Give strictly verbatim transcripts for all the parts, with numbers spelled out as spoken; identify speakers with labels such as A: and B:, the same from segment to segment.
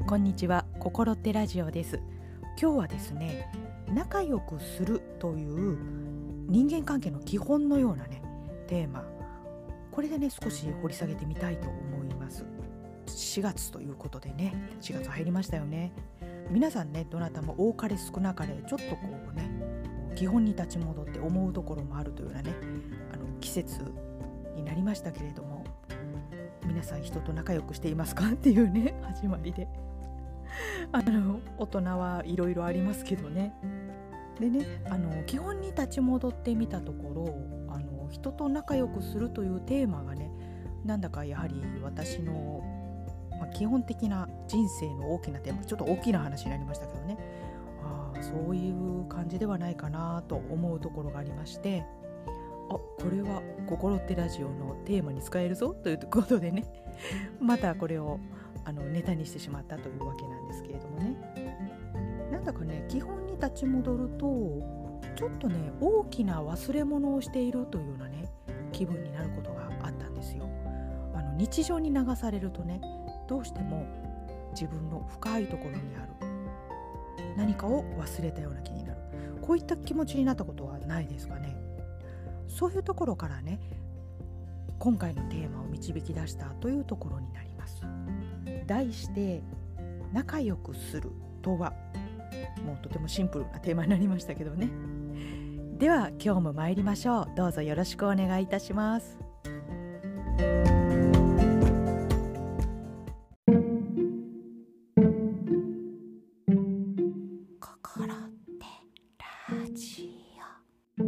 A: こんにちは、心ってラジオです。今日はですね、仲良くするという人間関係の基本のようなねテーマ、これでね少し掘り下げてみたいと思います。しがつということでね、しがつ入りましたよね。皆さんね、どなたも多かれ少なかれちょっとこうね基本に立ち戻って思うところもあるというようなね、あの季節になりましたけれども、皆さん人と仲良くしていますかっていうね始まりであの大人はいろいろありますけどね。でね、あの基本に立ち戻ってみたところ、あの人と仲良くするというテーマがね、なんだかやはり私の、まあ、基本的な人生の大きなテーマ、ちょっと大きな話になりましたけどね、ああそういう感じではないかなと思うところがありまして、あ、これは心ってラジオのテーマに使えるぞということでねまたこれをあのネタにしてしまったというわけなんですけれどもね、なんだかね基本に立ち戻るとちょっとね大きな忘れ物をしているというようなね気分になることがあったんですよ。あの日常に流されるとね、どうしても自分の深いところにある何かを忘れたような気になる、こういった気持ちになったことはないですかね。そういうところからね、今回のテーマを導き出したというところになります。題して仲良くするとは、もうとてもシンプルなテーマになりましたけどね。では今日も参りましょう。どうぞよろしくお願いいたします。心ってラジオ。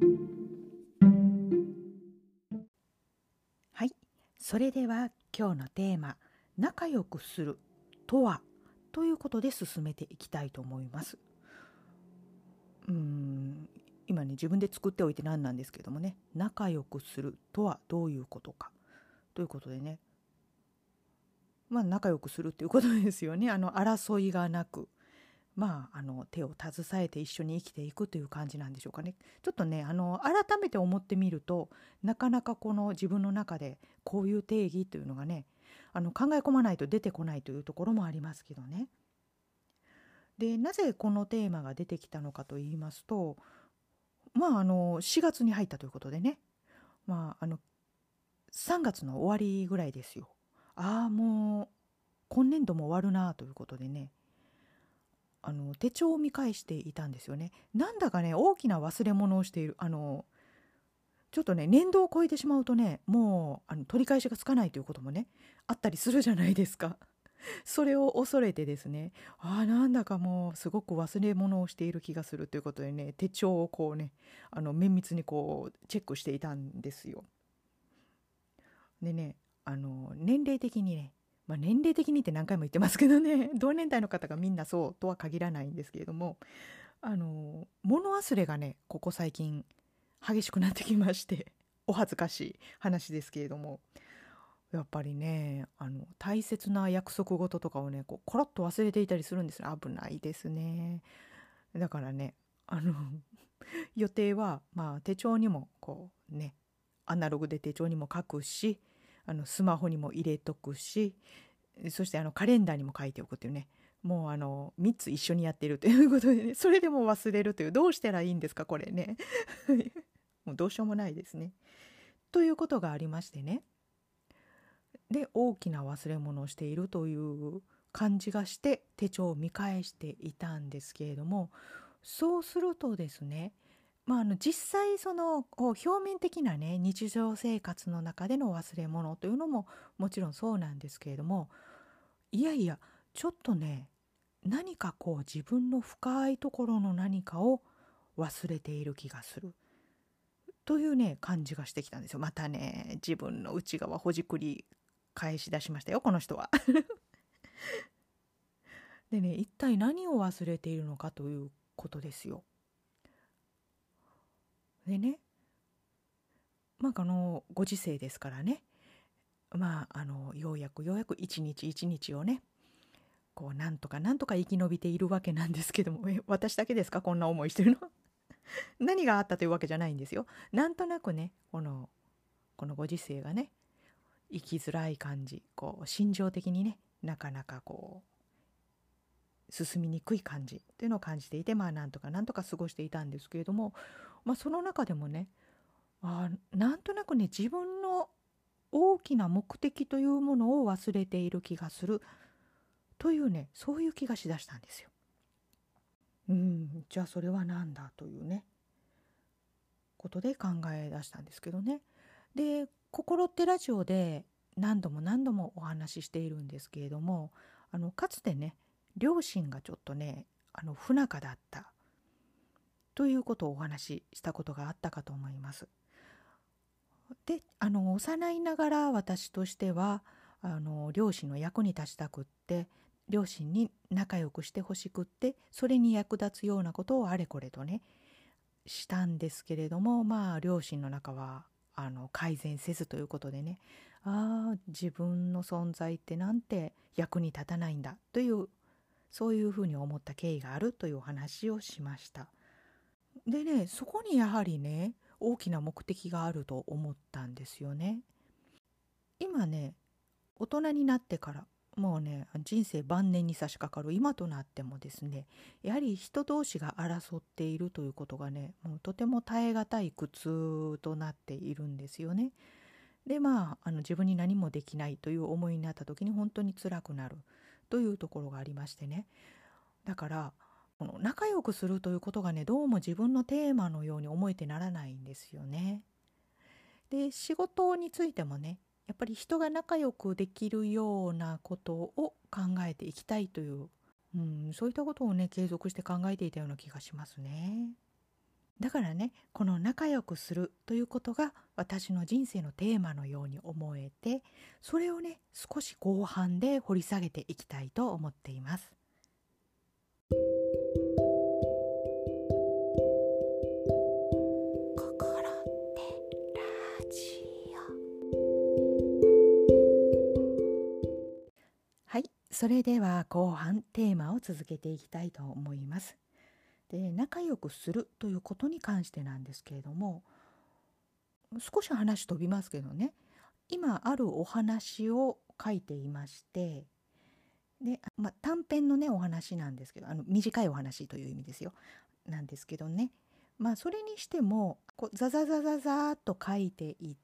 A: はい、それでは今日のテーマ、仲良くするとはということで進めていきたいと思います。うーん今ね自分で作っておいて何なんですけどもね、仲良くするとはどういうことかということでね、まあ仲良くするっていうことですよね。あの争いがなく、まああの手を携えて一緒に生きていくという感じなんでしょうかね。ちょっとねあの改めて思ってみると、なかなかこの自分の中でこういう定義というのがね、あの考え込まないと出てこないというところもありますけどね。で、なぜこのテーマが出てきたのかと言いますと、まああのしがつに入ったということでね、まああのさんがつの終わりぐらいですよ。ああもう今年度も終わるなということでね、あの手帳を見返していたんですよね。なんだかね大きな忘れ物をしている。あのちょっとね年度を超えてしまうとね、もうあの取り返しがつかないということもねあったりするじゃないですか。それを恐れてですね、ああなんだかもうすごく忘れ物をしている気がするということでね、手帳をこうねあの綿密にこうチェックしていたんですよ。でね、あの年齢的にね、まあ、年齢的にって何回も言ってますけどね、同年代の方がみんなそうとは限らないんですけれども、あの物忘れがねここ最近激しくなってきまして、お恥ずかしい話ですけれども、やっぱりねあの大切な約束事とかをねこうコロッと忘れていたりするんですよ。危ないですね。だからね、あの予定はまあ手帳にもこうね、アナログで手帳にも書くし、あのスマホにも入れとくし、そしてあのカレンダーにも書いておくっていうね、もうあのみっつ一緒にやってるということでね、それでも忘れるという、どうしたらいいんですかこれねもうどうしようもないですね。ということがありましてね、で大きな忘れ物をしているという感じがして手帳を見返していたんですけれども、そうするとですね、まあ、あの実際そのこう表面的なね日常生活の中での忘れ物というのももちろんそうなんですけれども、いやいやちょっとね何かこう自分の深いところの何かを忘れている気がするというね感じがしてきたんですよ。またね自分の内側ほじくり返し出しましたよこの人はでね、一体何を忘れているのかということですよ。でね、まああのご時世ですからね、まああのようやくようやく一日一日をねこうなんとかなんとか生き延びているわけなんですけども、え私だけですかこんな思いしてるの何があったというわけじゃないんですよ。なんとなくねこのこのご時世がね生きづらい感じ、こう心情的にねなかなかこう進みにくい感じっていうのを感じていて、まあなんとかなんとか過ごしていたんですけれども、まあ、その中でもね、あなんとなくね、自分の大きな目的というものを忘れている気がするというね、そういう気がしだしたんですよ。うん、じゃあそれは何だというねことで考え出したんですけどね。で、心ってラジオで何度も何度もお話ししているんですけれども、あのかつてね、両親がちょっとね、あの不仲だったということをお話ししたことがあったかと思います。で、あの幼いながら私としてはあの両親の役に立ちたくって、両親に仲良くしてほしくって、それに役立つようなことをあれこれとねしたんですけれども、まあ両親の中はあの改善せずということでね、ああ自分の存在ってなんて役に立たないんだという、そういうふうに思った経緯があるというお話をしました。でね、そこにやはりね、大きな目的があると思ったんですよね。今ね、大人になってから、もうね、人生晩年に差し掛かる今となってもですね、やはり人同士が争っているということがね、もうとても耐え難い苦痛となっているんですよね。で、まあ、あの自分に何もできないという思いになった時に本当に辛くなるというところがありましてね。だから、この仲良くするということがね、どうも自分のテーマのように思えてならないんですよね。で、仕事についてもね、やっぱり人が仲良くできるようなことを考えていきたいという、うん、そういったことをね、継続して考えていたような気がしますね。だからね、この仲良くするということが私の人生のテーマのように思えて、それをね、少し後半で掘り下げていきたいと思っています。心ってラジオ。はい、それでは後半テーマを続けていきたいと思います。で、仲良くするということに関してなんですけれども、少し話飛びますけどね、今あるお話を書いていまして、で、まあ、短編のねお話なんですけど、あの短いお話という意味ですよ、なんですけどね、まあそれにしてもこうザザザザザーっと書いていって、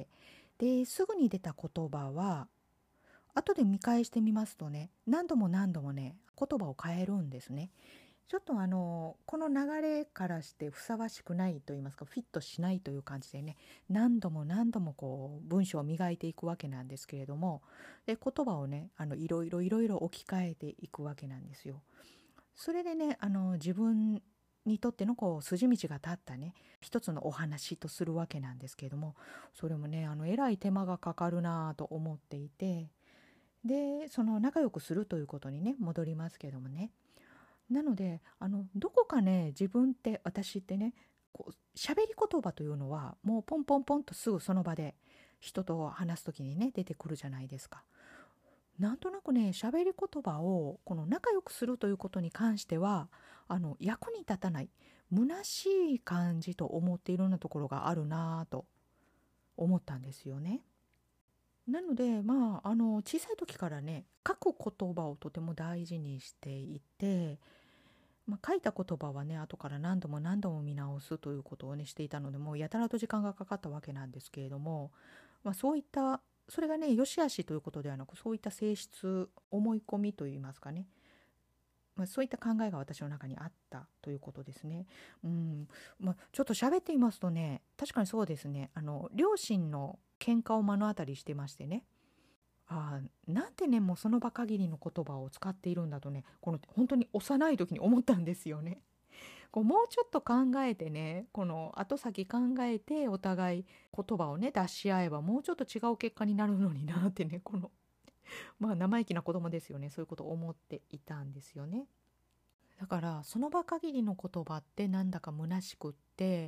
A: ですぐに出た言葉は後で見返してみますとね、何度も何度もね言葉を変えるんですね。ちょっとあのこの流れからしてふさわしくないと言いますか、フィットしないという感じでね、何度も何度もこう文章を磨いていくわけなんですけれども、で言葉をねあのいろいろいろいろ置き換えていくわけなんですよ。それでね、あの自分にとってのこう筋道が立ったね一つのお話とするわけなんですけれども、それもねあのえらい手間がかかるなと思っていて、でその仲良くするということにね戻りますけどもね、なのであのどこかね、自分って私ってね、こう喋り言葉というのはもうポンポンポンとすぐその場で人と話す時にね出てくるじゃないですか。なんとなくね、喋り言葉をこの仲良くするということに関してはあの役に立たない、虚しい感じと思っているようなところがあるなぁと思ったんですよね。なのでまああの小さい時からね書く言葉をとても大事にしていて、まあ、書いた言葉はね後から何度も何度も見直すということをねしていたので、もうやたらと時間がかかったわけなんですけれども、まあ、そういったそれがね良し悪しということではなく、そういった性質、思い込みといいますかね、まあ、そういった考えが私の中にあったということですね。うんまあ、ちょっと喋っていますとね、確かにそうですね、あの両親の喧嘩を目の当たりしてましてね、ああ、なんてね、もうその場限りの言葉を使っているんだとね、この本当に幼い時に思ったんですよね。こうもうちょっと考えてね、この後先考えてお互い言葉をね出し合えばもうちょっと違う結果になるのになってね、このまあ生意気な子供ですよね、そういうことを思っていたんですよね。だからその場限りの言葉ってなんだか虚しくって、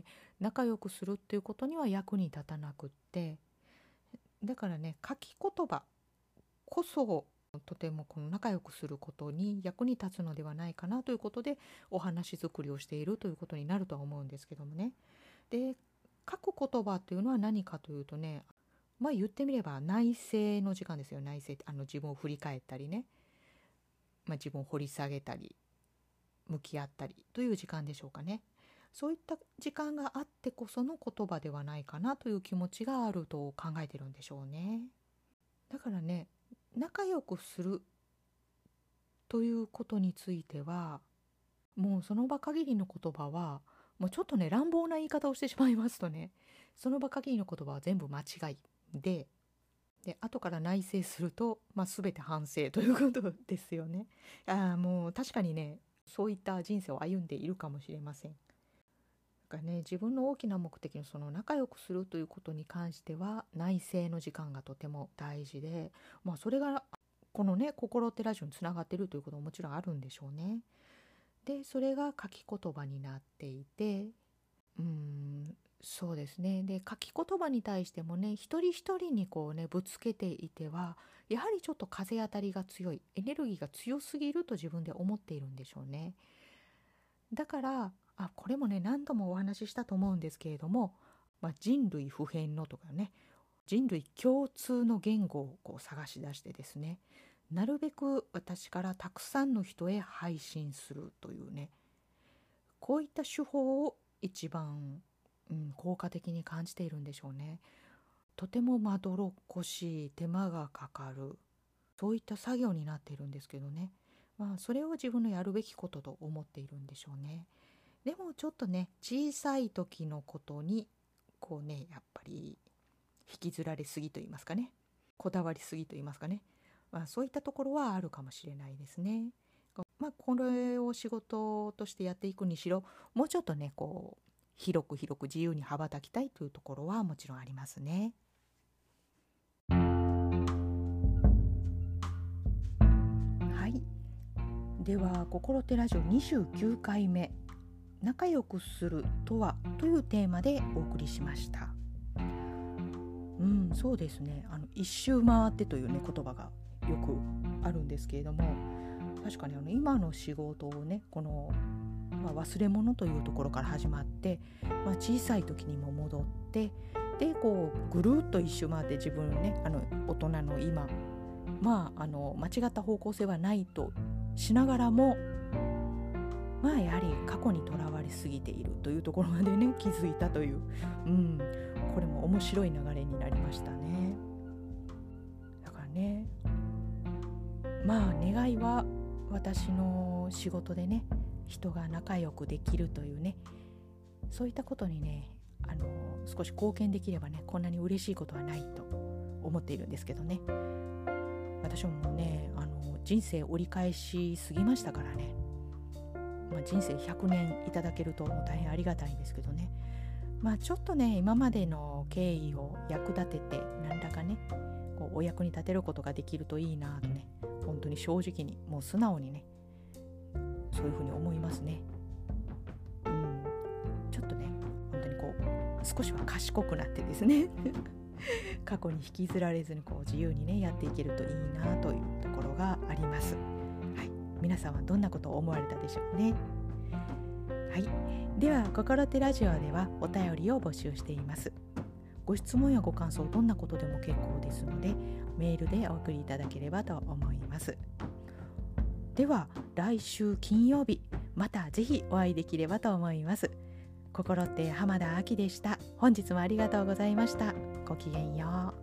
A: 仲良くするっていうことには役に立たなくって、だからね書き言葉こそとてもこの仲良くすることに役に立つのではないかなということでお話作りをしているということになるとは思うんですけどもね。で、書く言葉というのは何かというとね、まあ言ってみれば内省の時間ですよ。内省ってあの自分を振り返ったりね、 まあ、自分を掘り下げたり向き合ったりという時間でしょうかね。そういった時間があってこその言葉ではないかなという気持ちがあると考えてるんでしょうね。だからね、仲良くするということについては、もうその場限りの言葉は、もうちょっとね乱暴な言い方をしてしまいますとね、その場限りの言葉は全部間違いで、で後から内省すると、まあ、全て反省ということですよね。ああ、もう確かにね、そういった人生を歩んでいるかもしれません。だからね、自分の大きな目的のその仲良くするということに関しては内省の時間がとても大事で、まあ、それがこのね心ってラジオにつながっているということももちろんあるんでしょうね。でそれが書き言葉になっていて、うーんそうですね。で書き言葉に対してもね、一人一人にこうねぶつけていては、やはりちょっと風当たりが強い、エネルギーが強すぎると自分で思っているんでしょうね。だからあこれもね何度もお話ししたと思うんですけれども、まあ、人類普遍のとかね、人類共通の言語をこう探し出してですね、なるべく私からたくさんの人へ配信するというね、こういった手法を一番、うん、効果的に感じているんでしょうね。とてもまどろっこしい、手間がかかる、そういった作業になっているんですけどね、まあ、それを自分のやるべきことと思っているんでしょうね。でもちょっとね、小さい時のことにこうねやっぱり引きずられすぎと言いますかね、こだわりすぎと言いますかね、まあ、そういったところはあるかもしれないですね。まあ、これを仕事としてやっていくにしろ、もうちょっとねこう広く広く自由に羽ばたきたいというところはもちろんありますね。はい、では心手ラジオにじゅうきゅうかいめ、仲良くするとはというテーマでお送りしました。うん、そうですね。あの一周回ってというね言葉がよくあるんですけれども、確かにあの今の仕事をね、この、まあ、忘れ物というところから始まって、まあ、小さい時にも戻って、でこうぐるっと一周回って自分ね、あの大人の今、まああの間違った方向性はないとしながらも、まあやはり過去にとらわれすぎているというところまでね気づいたという、うん、これも面白い流れになりましたね。だからね、まあ願いは私の仕事でね、人が仲良くできるというね、そういったことにね、あの少し貢献できればね、こんなに嬉しいことはないと思っているんですけどね。私もね、あの人生折り返しすぎましたからね、まあ、人生ひゃくねんいただけるともう大変ありがたいんですけどね、まあちょっとね今までの経緯を役立てて何らかねこうお役に立てることができるといいなとね、本当に正直にもう素直にねそういうふうに思いますね。うん、ちょっとね本当にこう少しは賢くなってですね過去に引きずられずにこう自由にねやっていけるといいなというところがあります。はい、皆さんはどんなことを思われたでしょうね。はい、では心手ラジオではお便りを募集しています。ご質問やご感想、どんなことでも結構ですのでメールでお送りいただければと思います。では来週金曜日またぜひお会いできればと思います。心手浜田亜希でした。本日もありがとうございました。ごきげんよう。